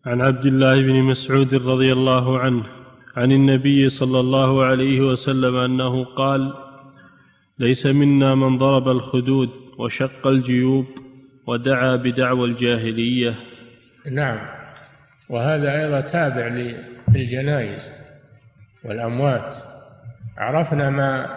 عن عبد الله بن مسعود رضي الله عنه عن النبي صلى الله عليه وسلم أنه قال: ليس منا من ضرب الخدود وشق الجيوب ودعا بدعوى الجاهلية. نعم، وهذا أيضا تابع للجنائز والأموات. عرفنا ما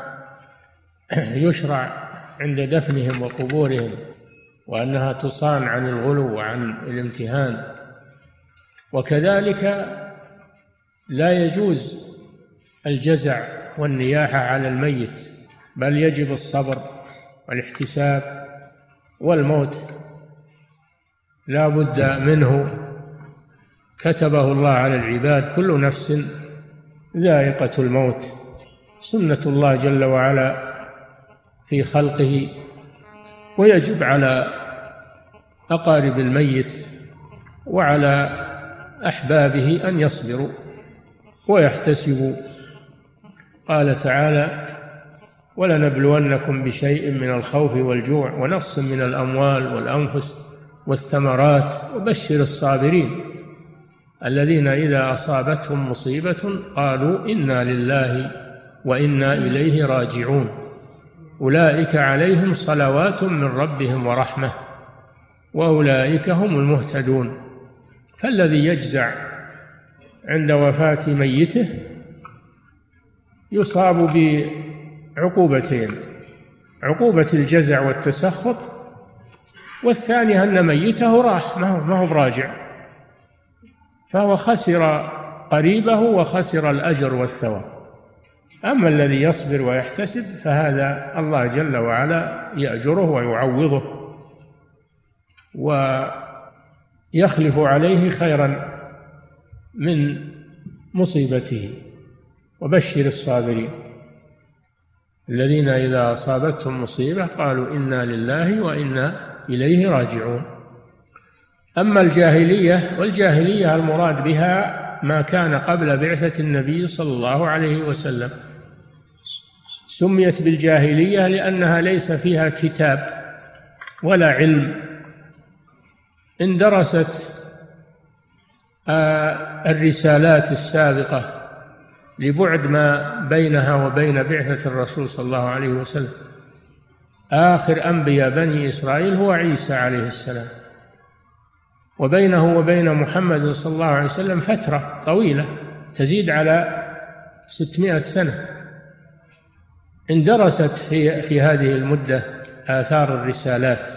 يشرع عند دفنهم وقبورهم، وأنها تصان عن الغلو وعن الامتهان. وكذلك لا يجوز الجزع والنياحة على الميت، بل يجب الصبر والاحتساب، والموت لا بد منه، كتبه الله على العباد، كل نفس ذائقة الموت، سنة الله جل وعلا في خلقه. ويجب على أقارب الميت وعلى أحبابه أن يصبروا ويحتسبوا. قال تعالى: ولنبلونكم بشيء من الخوف والجوع ونقص من الأموال والأنفس والثمرات وبشر الصابرين الذين إذا أصابتهم مصيبة قالوا إنا لله وإنا إليه راجعون أولئك عليهم صلوات من ربهم ورحمة وأولئك هم المهتدون. فالذي يجزع عند وفاة ميته يصاب بعقوبتين: عقوبة الجزع والتسخط، والثانية أن ميته راح ما هو براجع، فهو خسر قريبه وخسر الأجر والثواب. أما الذي يصبر ويحتسب فهذا الله جل وعلا يأجره ويعوضه ويخلف عليه خيرا من مصيبته. وبشر الصابرين الذين إذا أصابتهم مصيبة قالوا إنا لله وإنا إليه راجعون. أما الجاهلية، والجاهلية المراد بها ما كان قبل بعثة النبي صلى الله عليه وسلم، سميت بالجاهلية لأنها ليس فيها كتاب ولا علم. اندرست الرسالات السابقة لبعد ما بينها وبين بعثة الرسول صلى الله عليه وسلم. آخر أنبياء بني إسرائيل هو عيسى عليه السلام، وبينه وبين محمد صلى الله عليه وسلم فترة طويلة تزيد على 600 سنة. اندرست في هذه المدة آثار الرسالات،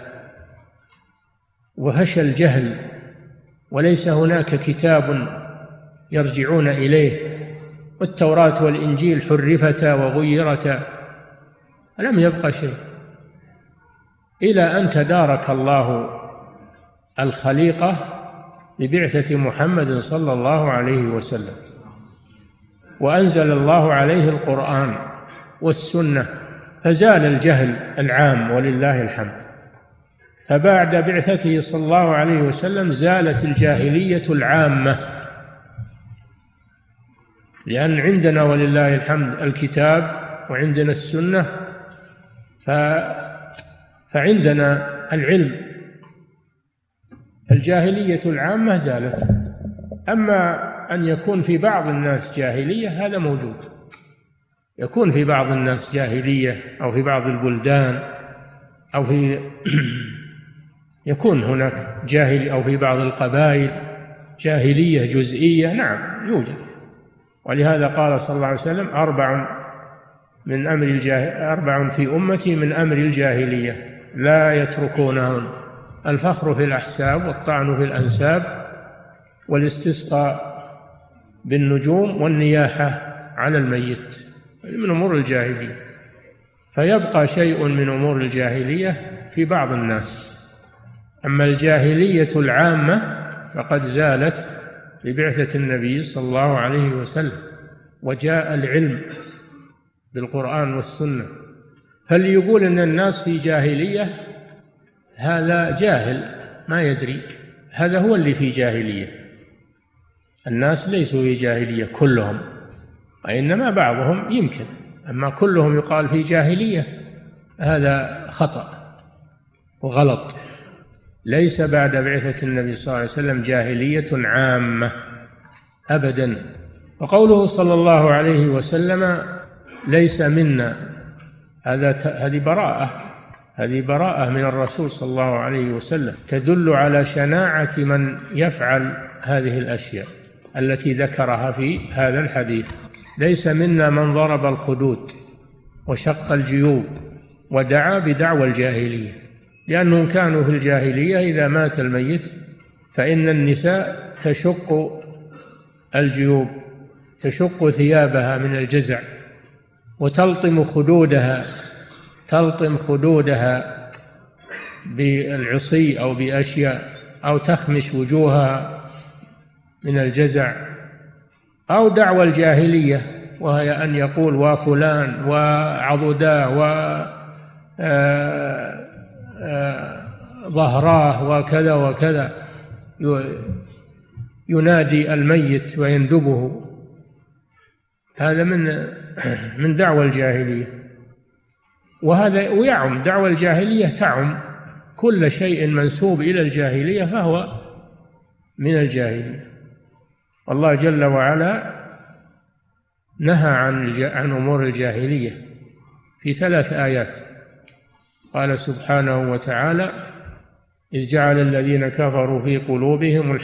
وهش الجهل، وليس هناك كتاب يرجعون إليه، والتوراة والإنجيل حرفتا وغيرتا، لم يبقى شيء، إلى أن تدارك الله الخليقة ببعثة محمد صلى الله عليه وسلم، وأنزل الله عليه القرآن والسنة، فزال الجهل العام ولله الحمد. فبعد بعثته صلى الله عليه وسلم زالت الجاهلية العامة، لأن عندنا ولله الحمد الكتاب وعندنا السنة، فعندنا العلم. الجاهلية العامة زالت. أما أن يكون في بعض الناس جاهلية هذا موجود، يكون في بعض الناس جاهلية، أو في بعض البلدان، أو في يكون هناك جاهلي، أو في بعض القبائل جاهلية جزئية، نعم يوجد. ولهذا قال صلى الله عليه وسلم: أربع في أمتي من أمر الجاهلية لا يتركونهن: الفخر في الأحساب، والطعن في الأنساب، والاستسقاء بالنجوم، والنياحة على الميت، من أمور الجاهلية. فيبقى شيء من أمور الجاهلية في بعض الناس. أما الجاهلية العامة فقد زالت ببعثة النبي صلى الله عليه وسلم، وجاء العلم بالقرآن والسنة. فاللي يقول أن الناس في جاهلية هذا جاهل ما يدري، هذا هو اللي في جاهلية. الناس ليسوا في جاهلية كلهم، وإنما بعضهم يمكن، أما كلهم يقال في جاهلية هذا خطأ وغلط. ليس بعد بعثة النبي صلى الله عليه وسلم جاهلية عامة أبدا. وقوله صلى الله عليه وسلم ليس منا، هذه براءة من الرسول صلى الله عليه وسلم، تدل على شناعة من يفعل هذه الأشياء التي ذكرها في هذا الحديث. ليس منا من ضرب الخدود وشق الجيوب ودعا بدعوى الجاهلية، لأنهم كانوا في الجاهلية إذا مات الميت فإن النساء تشق الجيوب، تشق ثيابها من الجزع وتلطم خدودها بالعصي أو بأشياء، أو تخمش وجوهها من الجزع، أو دعوى الجاهلية وهي أن يقول وفلان وعضداه وظهراه وكذا وكذا، ينادي الميت ويندبه. هذا من دعوى الجاهلية، وهذا ويعم دعوى الجاهلية، تعم كل شيء منسوب إلى الجاهلية فهو من الجاهلية. الله جل وعلا نهى عن أمور الجاهلية في 3 آيات. قال سبحانه وتعالى: إذ جعل الذين كفروا في قلوبهم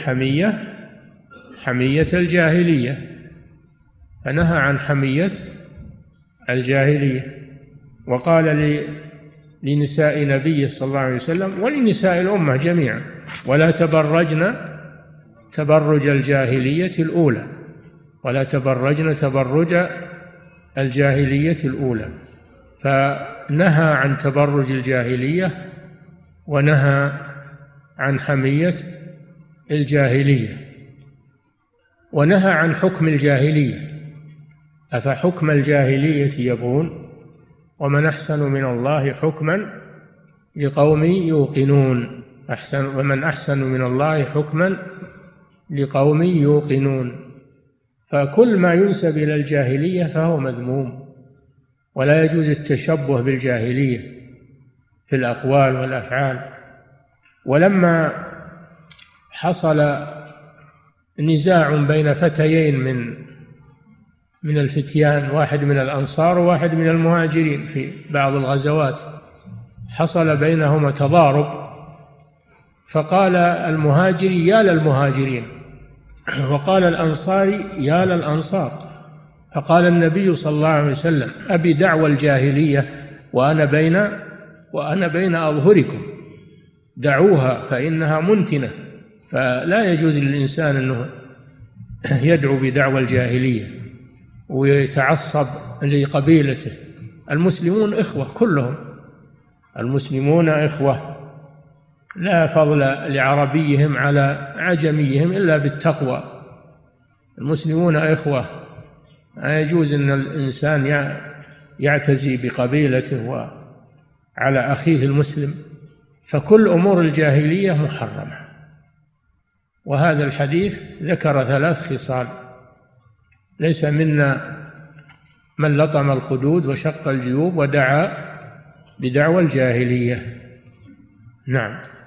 حمية الجاهلية، فنهى عن حمية الجاهلية. وقال لنساء نبيه صلى الله عليه وسلم ولنساء الأمة جميعا: ولا تبرجن تبرج الجاهلية الأولى، ولا تبرجن تبرج الجاهلية الأولى. فنهى عن تبرج الجاهلية ونهى عن حمية الجاهلية، ونهى عن حكم الجاهلية. أفحكم الجاهلية يبغون ومن أحسن من الله حكما لقوم يوقنون. ومن أحسن من الله حكما لقوم يوقنون. فكل ما ينسب إلى الجاهلية فهو مذموم، ولا يجوز التشبه بالجاهلية في الأقوال والأفعال. ولما حصل نزاع بين فتيين من الفتيان، واحد من الأنصار وواحد من المهاجرين، في بعض الغزوات حصل بينهما تضارب، فقال المهاجري: يا للمهاجرين، وقال الأنصاري: يا للأنصار. فقال النبي صلى الله عليه وسلم: أبي دعوى الجاهلية وأنا بين أظهركم، دعوها فإنها منتنة. فلا يجوز للإنسان أنه يدعو بدعوى الجاهلية ويتعصب لقبيلته. المسلمون إخوة كلهم، المسلمون إخوة، لا فضل لعربيهم على عجميهم إلا بالتقوى. المسلمون إخوة، لا يجوز أن الإنسان يعتزي بقبيلته وعلى أخيه المسلم. فكل أمور الجاهلية محرمة. وهذا الحديث ذكر 3 خصال: ليس منا من لطم الخدود وشق الجيوب ودعا بدعوى الجاهلية. نعم.